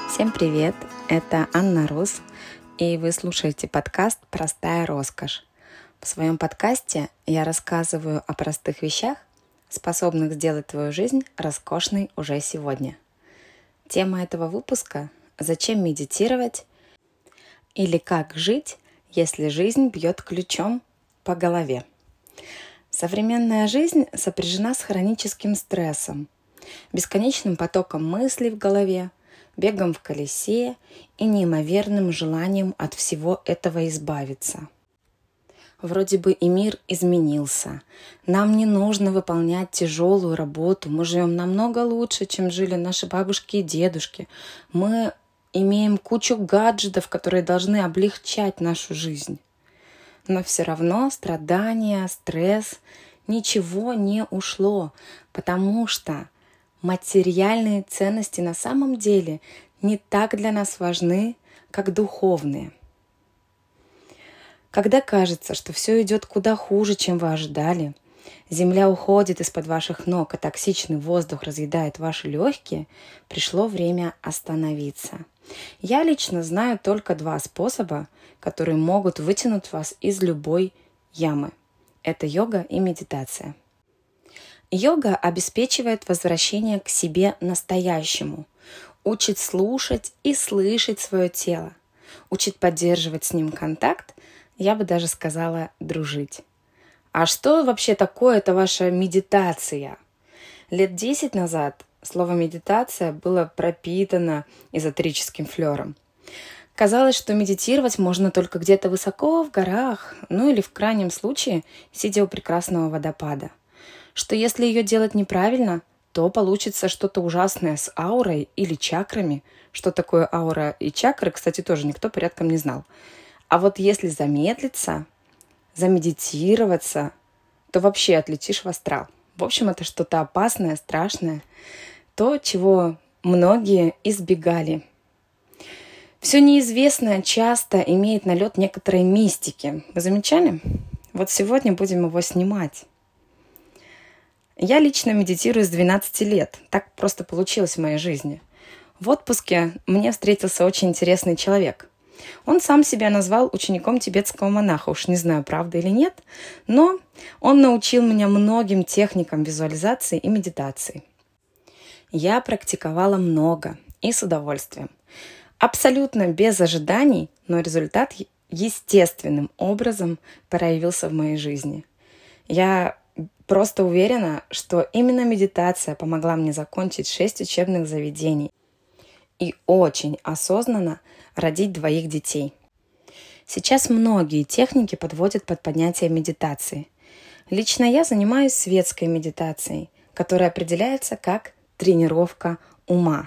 Всем привет! Это Анна Рус, и вы слушаете подкаст «Простая роскошь». В своем подкасте я рассказываю о простых вещах, способных сделать твою жизнь роскошной уже сегодня. Тема этого выпуска – «Зачем медитировать?» или «Как жить, если жизнь бьет ключом по голове?». Современная жизнь сопряжена с хроническим стрессом, бесконечным потоком мыслей в голове, бегом в колесе и неимоверным желанием от всего этого избавиться. Вроде бы и мир изменился. Нам не нужно выполнять тяжелую работу. Мы живем намного лучше, чем жили наши бабушки и дедушки. Мы имеем кучу гаджетов, которые должны облегчать нашу жизнь. Но все равно страдания, стресс, ничего не ушло, потому что материальные ценности на самом деле не так для нас важны, как духовные. Когда кажется, что все идет куда хуже, чем вы ожидали, земля уходит из-под ваших ног, а токсичный воздух разъедает ваши легкие, пришло время остановиться. Я лично знаю только 2 способа, которые могут вытянуть вас из любой ямы. Это йога и медитация. Йога обеспечивает возвращение к себе настоящему, учит слушать и слышать свое тело, учит поддерживать с ним контакт, я бы даже сказала дружить. А что вообще такое это ваша медитация? Лет 10 назад слово «медитация» было пропитано эзотерическим флером. Казалось, что медитировать можно только где-то высоко в горах, или в крайнем случае, сидя у прекрасного водопада. Что если ее делать неправильно, то получится что-то ужасное с аурой или чакрами. Что такое аура и чакры, кстати, тоже никто порядком не знал. А вот если замедлиться, замедитироваться, то вообще отлетишь в астрал. В общем, это что-то опасное, страшное, то, чего многие избегали. Все неизвестное часто имеет налет некоторой мистики. Вы замечали? Вот сегодня будем его снимать. Я лично медитирую с 12 лет. Так просто получилось в моей жизни. В отпуске мне встретился очень интересный человек. Он сам себя назвал учеником тибетского монаха. Уж не знаю, правда или нет, но он научил меня многим техникам визуализации и медитации. Я практиковала много и с удовольствием. Абсолютно без ожиданий, но результат естественным образом проявился в моей жизни. Я просто уверена, что именно медитация помогла мне закончить 6 учебных заведений и очень осознанно родить 2 детей. Сейчас многие техники подводят под понятие медитации. Лично я занимаюсь светской медитацией, которая определяется как тренировка ума.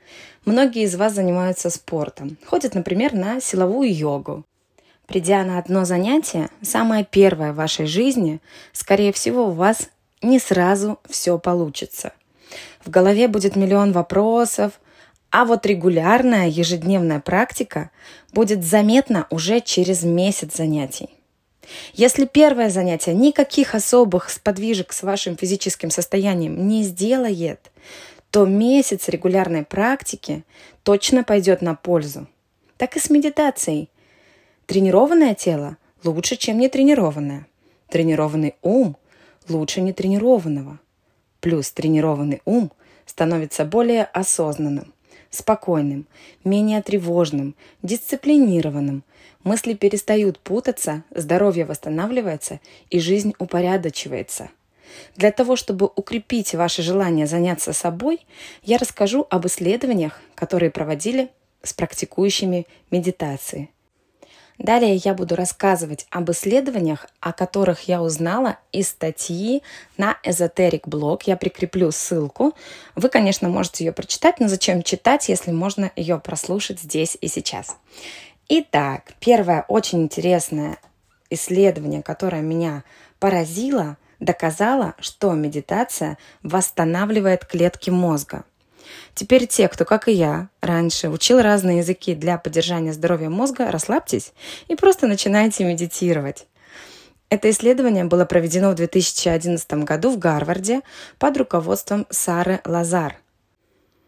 Многие из вас занимаются спортом, ходят, например, на силовую йогу. Придя на одно занятие, самое первое в вашей жизни, скорее всего, у вас не сразу все получится. В голове будет миллион вопросов, а вот регулярная ежедневная практика будет заметна уже через месяц занятий. Если первое занятие никаких особых сподвижек с вашим физическим состоянием не сделает, то месяц регулярной практики точно пойдет на пользу. Так и с медитацией. Тренированное тело лучше, чем нетренированное. Тренированный ум лучше нетренированного. Плюс тренированный ум становится более осознанным, спокойным, менее тревожным, дисциплинированным. Мысли перестают путаться, здоровье восстанавливается и жизнь упорядочивается. Для того, чтобы укрепить ваше желание заняться собой, я расскажу об исследованиях, которые проводили с практикующими медитации. Далее я буду рассказывать об исследованиях, о которых я узнала из статьи на Esoteric Blog. Я прикреплю ссылку. Вы, конечно, можете ее прочитать, но зачем читать, если можно ее прослушать здесь и сейчас. Итак, первое очень интересное исследование, которое меня поразило, доказало, что медитация восстанавливает клетки мозга. Теперь те, кто, как и я, раньше учил разные языки для поддержания здоровья мозга, расслабьтесь и просто начинайте медитировать. Это исследование было проведено в 2011 году в Гарварде под руководством Сары Лазар.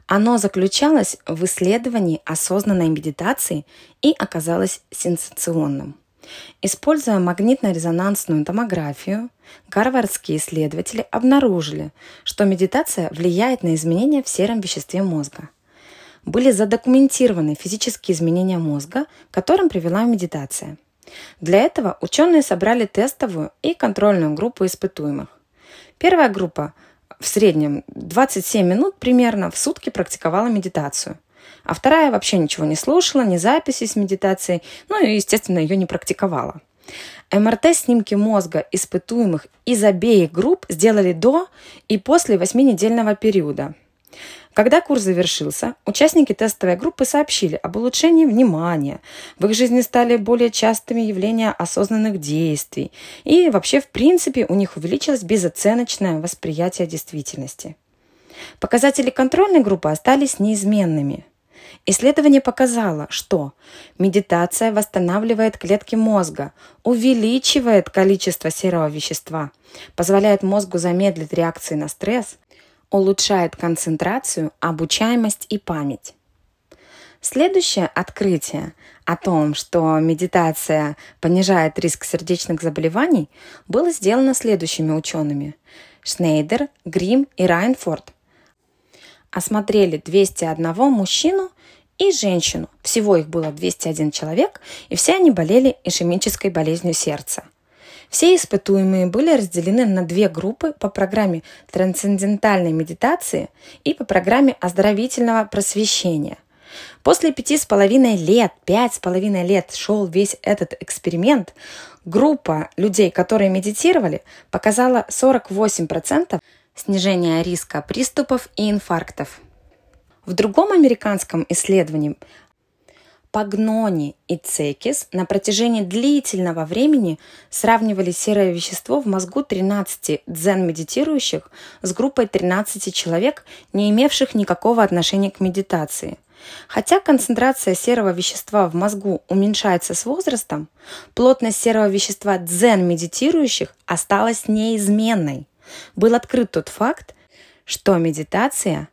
Оно заключалось в исследовании осознанной медитации и оказалось сенсационным. Используя магнитно-резонансную томографию, гарвардские исследователи обнаружили, что медитация влияет на изменения в сером веществе мозга. Были задокументированы физические изменения мозга, к которым привела медитация. Для этого ученые собрали тестовую и контрольную группу испытуемых. Первая группа в среднем 27 минут примерно в сутки практиковала медитацию, а вторая вообще ничего не слушала, ни записи с медитацией, и, естественно, ее не практиковала. МРТ-снимки мозга испытуемых из обеих групп сделали до и после 8-недельного периода. Когда курс завершился, участники тестовой группы сообщили об улучшении внимания, в их жизни стали более частыми явления осознанных действий, и вообще, в принципе, у них увеличилось безоценочное восприятие действительности. Показатели контрольной группы остались неизменными. Исследование показало, что медитация восстанавливает клетки мозга, увеличивает количество серого вещества, позволяет мозгу замедлить реакции на стресс, улучшает концентрацию, обучаемость и память. Следующее открытие о том, что медитация понижает риск сердечных заболеваний, было сделано следующими учеными. Шнейдер, Грим и Райнфорд осмотрели 201 мужчину и женщину. Всего их было 201 человек, и все они болели ишемической болезнью сердца. Все испытуемые были разделены на две группы по программе трансцендентальной медитации и по программе оздоровительного просвещения. После 5,5 лет шел весь этот эксперимент, группа людей, которые медитировали, показала 48% снижения риска приступов и инфарктов. В другом американском исследовании Пагнони и Цекис на протяжении длительного времени сравнивали серое вещество в мозгу 13 дзен-медитирующих с группой 13 человек, не имевших никакого отношения к медитации. Хотя концентрация серого вещества в мозгу уменьшается с возрастом, плотность серого вещества дзен-медитирующих осталась неизменной. Был открыт тот факт, что медитация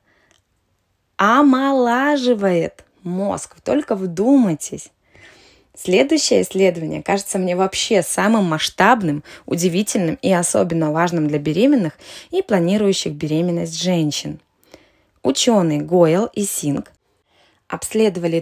омолаживает мозг. Только вдумайтесь. Следующее исследование кажется мне вообще самым масштабным, удивительным и особенно важным для беременных и планирующих беременность женщин. Ученые Гойл и Синг обследовали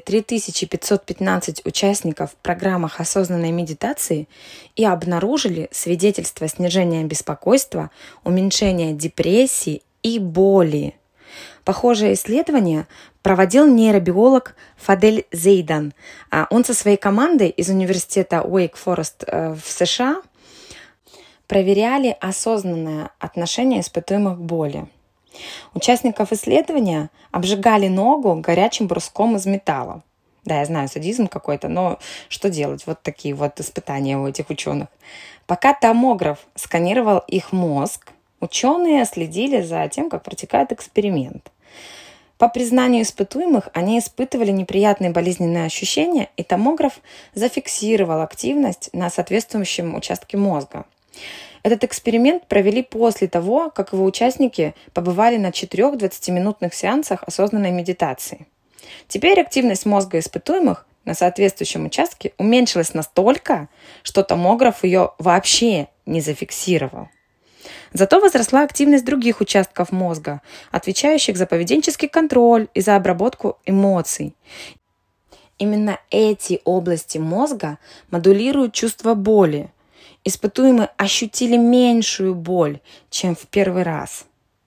3515 участников в программах осознанной медитации и обнаружили свидетельства снижения беспокойства, уменьшения депрессии и боли. Похожее исследование проводил нейробиолог Фадель Зейдан. Он со своей командой из университета Уэйк-Форест в США проверяли осознанное отношение испытуемых к боли. Участников исследования обжигали ногу горячим бруском из металла. Да, я знаю, садизм какой-то, но что делать? Вот такие вот испытания у этих ученых. Пока томограф сканировал их мозг, ученые следили за тем, как протекает эксперимент. По признанию испытуемых, они испытывали неприятные болезненные ощущения, и томограф зафиксировал активность на соответствующем участке мозга. Этот эксперимент провели после того, как его участники побывали на 4 20-минутных сеансах осознанной медитации. Теперь активность мозга испытуемых на соответствующем участке уменьшилась настолько, что томограф ее вообще не зафиксировал. Зато возросла активность других участков мозга, отвечающих за поведенческий контроль и за обработку эмоций. Именно эти области мозга модулируют чувство боли. Испытуемые ощутили меньшую боль, чем в первый раз.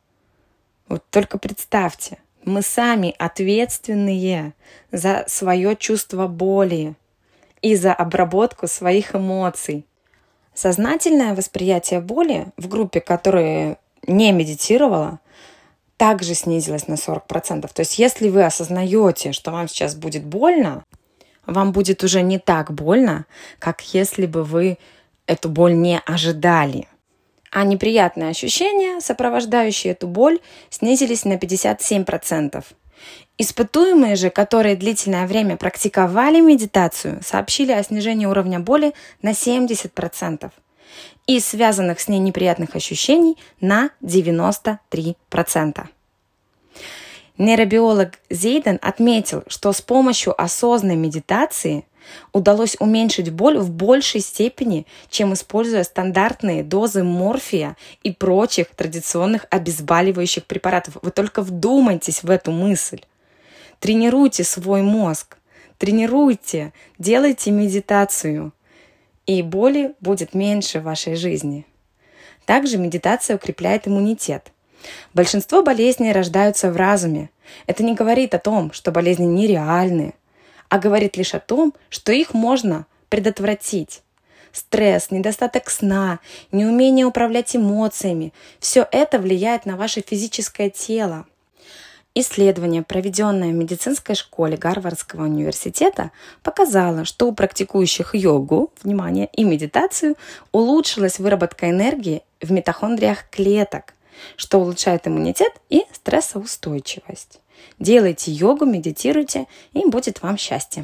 Вот только представьте, мы сами ответственные за свое чувство боли и за обработку своих эмоций. Сознательное восприятие боли в группе, которая не медитировала, также снизилось на 40%. То есть если вы осознаете, что вам сейчас будет больно, вам будет уже не так больно, как если бы вы эту боль не ожидали. А неприятные ощущения, сопровождающие эту боль, снизились на 57%. Испытуемые же, которые длительное время практиковали медитацию, сообщили о снижении уровня боли на 70% и связанных с ней неприятных ощущений на 93%. Нейробиолог Зейден отметил, что с помощью осознанной медитации удалось уменьшить боль в большей степени, чем используя стандартные дозы морфия и прочих традиционных обезболивающих препаратов. Вы только вдумайтесь в эту мысль. Тренируйте свой мозг, тренируйте, делайте медитацию, и боли будет меньше в вашей жизни. Также медитация укрепляет иммунитет. Большинство болезней рождаются в разуме. Это не говорит о том, что болезни нереальны, а говорит лишь о том, что их можно предотвратить. Стресс, недостаток сна, неумение управлять эмоциями – все это влияет на ваше физическое тело. Исследование, проведенное в медицинской школе Гарвардского университета, показало, что у практикующих йогу, внимание, и медитацию улучшилась выработка энергии в митохондриях клеток, что улучшает иммунитет и стрессоустойчивость. Делайте йогу, медитируйте, и будет вам счастье.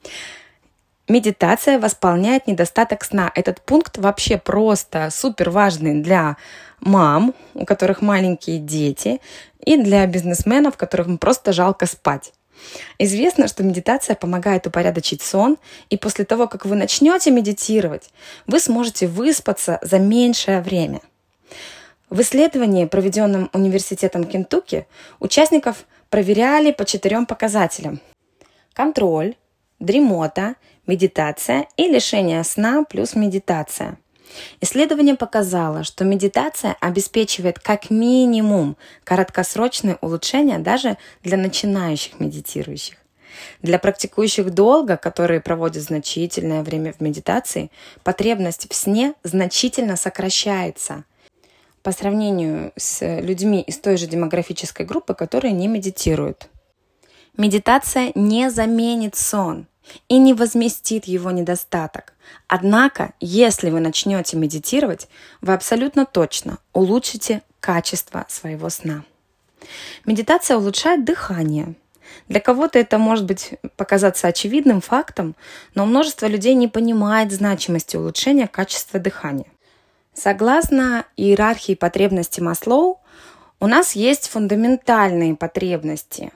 Медитация восполняет недостаток сна. Этот пункт вообще просто супер важный для мам, у которых маленькие дети, и для бизнесменов, которым просто жалко спать. Известно, что медитация помогает упорядочить сон, и после того, как вы начнете медитировать, вы сможете выспаться за меньшее время. В исследовании, проведенном Университетом Кентукки, участников проверяли по 4 показателям: контроль, дремота, медитация и лишение сна плюс медитация. Исследование показало, что медитация обеспечивает как минимум краткосрочные улучшения даже для начинающих медитирующих. Для практикующих долго, которые проводят значительное время в медитации, потребность в сне значительно сокращается по сравнению с людьми из той же демографической группы, которые не медитируют. Медитация не заменит сон и не возместит его недостаток. Однако, если вы начнете медитировать, вы абсолютно точно улучшите качество своего сна. Медитация улучшает дыхание. Для кого-то это может быть показаться очевидным фактом, но множество людей не понимает значимости улучшения качества дыхания. Согласно иерархии потребностей Маслоу, у нас есть фундаментальные потребности.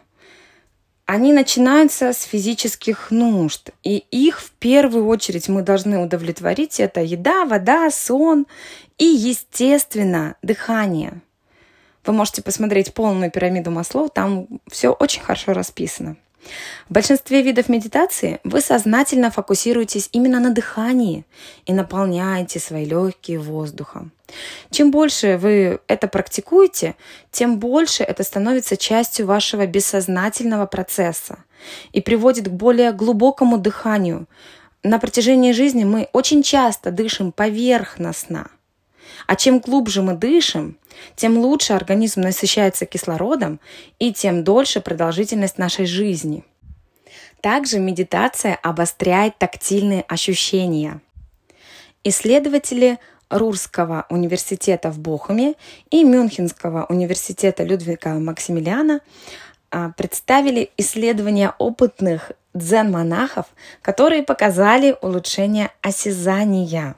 Они начинаются с физических нужд, и их в первую очередь мы должны удовлетворить. Это еда, вода, сон и, естественно, дыхание. Вы можете посмотреть полную пирамиду Маслоу, там все очень хорошо расписано. В большинстве видов медитации вы сознательно фокусируетесь именно на дыхании и наполняете свои легкие воздухом. Чем больше вы это практикуете, тем больше это становится частью вашего бессознательного процесса и приводит к более глубокому дыханию. На протяжении жизни мы очень часто дышим поверхностно. А чем глубже мы дышим, тем лучше организм насыщается кислородом и тем дольше продолжительность нашей жизни. Также медитация обостряет тактильные ощущения. Исследователи Рурского университета в Бохуме и Мюнхенского университета Людвига Максимилиана представили исследования опытных дзен-монахов, которые показали улучшение осязания.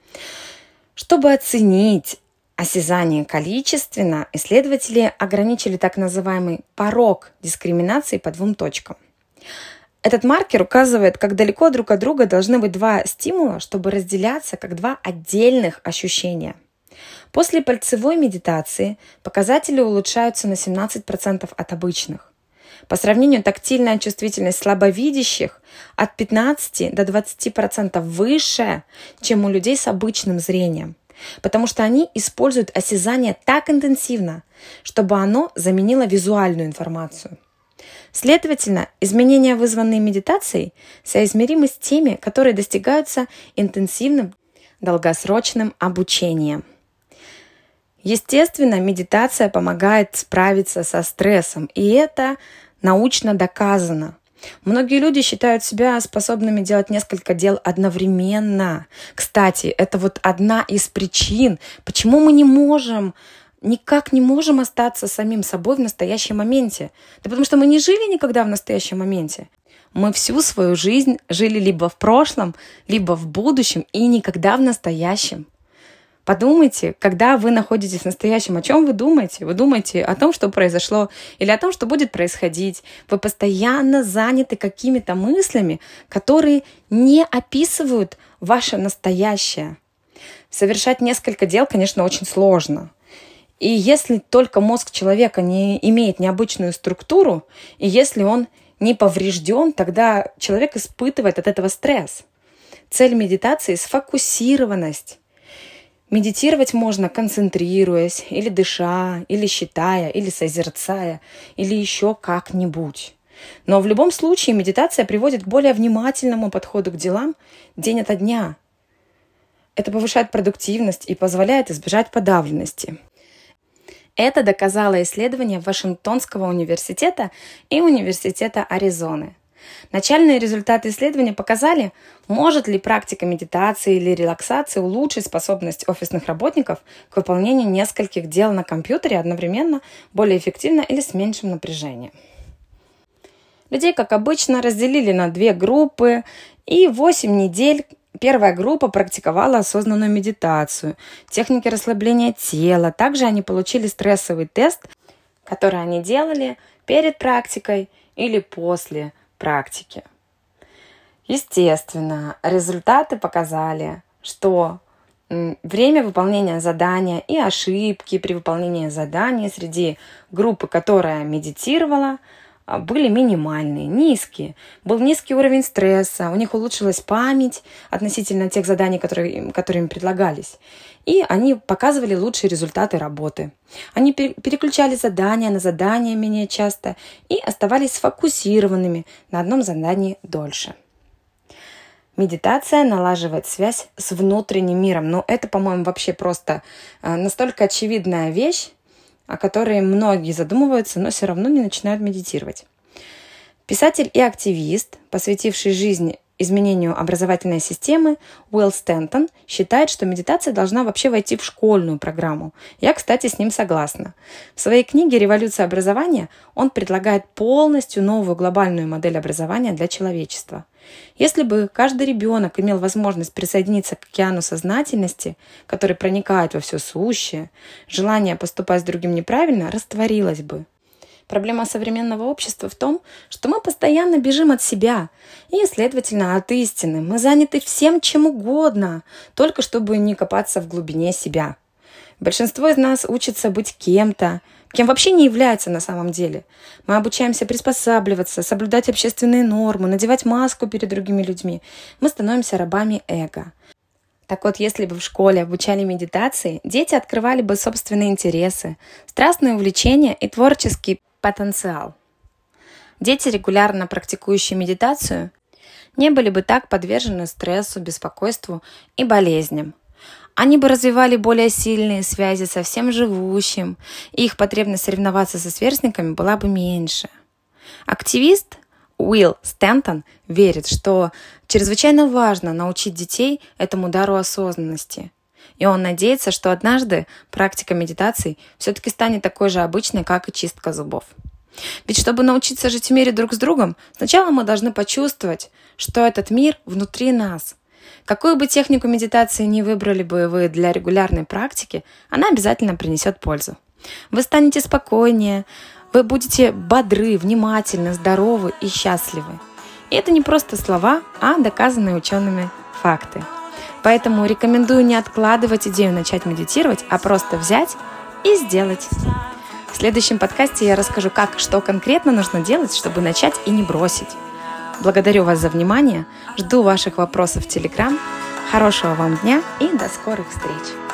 Чтобы оценить осязание количественно, исследователи ограничили так называемый порог дискриминации по 2 точкам. Этот маркер указывает, как далеко друг от друга должны быть 2 стимула, чтобы разделяться как 2 отдельных ощущения. После пальцевой медитации показатели улучшаются на 17% от обычных. По сравнению, тактильная чувствительность слабовидящих от 15 до 20% выше, чем у людей с обычным зрением, потому что они используют осязание так интенсивно, чтобы оно заменило визуальную информацию. Следовательно, изменения, вызванные медитацией, соизмеримы с теми, которые достигаются интенсивным долгосрочным обучением. Естественно, медитация помогает справиться со стрессом, и это научно доказано. Многие люди считают себя способными делать несколько дел одновременно. Кстати, это вот одна из причин, почему мы никак не можем остаться самим собой в настоящем моменте. Да потому что мы не жили никогда в настоящем моменте. Мы всю свою жизнь жили либо в прошлом, либо в будущем и никогда в настоящем. Подумайте, когда вы находитесь в настоящем, о чем вы думаете? Вы думаете о том, что произошло, или о том, что будет происходить. Вы постоянно заняты какими-то мыслями, которые не описывают ваше настоящее. Совершать несколько дел, конечно, очень сложно. И если только мозг человека не имеет необычную структуру, и если он не поврежден, тогда человек испытывает от этого стресс. Цель медитации – сфокусированность. Медитировать можно, концентрируясь, или дыша, или считая, или созерцая, или еще как-нибудь. Но в любом случае медитация приводит к более внимательному подходу к делам день ото дня. Это повышает продуктивность и позволяет избежать подавленности. Это доказало исследование Вашингтонского университета и Университета Аризоны. Начальные результаты исследования показали, может ли практика медитации или релаксации улучшить способность офисных работников к выполнению нескольких дел на компьютере одновременно, более эффективно или с меньшим напряжением. Людей, как обычно, разделили на 2 группы, и 8 недель первая группа практиковала осознанную медитацию, техники расслабления тела. Также они получили стрессовый тест, который они делали перед практикой или после практики. Естественно, результаты показали, что время выполнения задания и ошибки при выполнении задания среди группы, которая медитировала, были минимальные, низкие. Был низкий уровень стресса, у них улучшилась память относительно тех заданий, которые им предлагались. И они показывали лучшие результаты работы. Они переключали задания на задания менее часто и оставались сфокусированными на одном задании дольше. Медитация налаживает связь с внутренним миром. Но это, по-моему, вообще просто настолько очевидная вещь, о которой многие задумываются, но все равно не начинают медитировать. Писатель и активист, посвятивший жизнь изменению образовательной системы, Уилл Стентон считает, что медитация должна вообще войти в школьную программу. Я, кстати, с ним согласна. В своей книге «Революция образования» он предлагает полностью новую глобальную модель образования для человечества. Если бы каждый ребенок имел возможность присоединиться к океану сознательности, который проникает во все сущее, желание поступать с другим неправильно растворилось бы. Проблема современного общества в том, что мы постоянно бежим от себя и, следовательно, от истины. Мы заняты всем чем угодно, только чтобы не копаться в глубине себя. Большинство из нас учится быть кем-то, кем вообще не является на самом деле. Мы обучаемся приспосабливаться, соблюдать общественные нормы, надевать маску перед другими людьми. Мы становимся рабами эго. Так вот, если бы в школе обучали медитации, дети открывали бы собственные интересы, страстные увлечения и творческий потенциал. Дети, регулярно практикующие медитацию, не были бы так подвержены стрессу, беспокойству и болезням. Они бы развивали более сильные связи со всем живущим, и их потребность соревноваться со сверстниками была бы меньше. Активист Уилл Стентон верит, что чрезвычайно важно научить детей этому дару осознанности. И он надеется, что однажды практика медитации все-таки станет такой же обычной, как и чистка зубов. Ведь чтобы научиться жить в мире друг с другом, сначала мы должны почувствовать, что этот мир внутри нас. Какую бы технику медитации ни выбрали бы вы для регулярной практики, она обязательно принесет пользу. Вы станете спокойнее, вы будете бодры, внимательны, здоровы и счастливы. И это не просто слова, а доказанные учеными факты. Поэтому рекомендую не откладывать идею начать медитировать, а просто взять и сделать. В следующем подкасте я расскажу, что конкретно нужно делать, чтобы начать и не бросить. Благодарю вас за внимание, жду ваших вопросов в Telegram. Хорошего вам дня и до скорых встреч!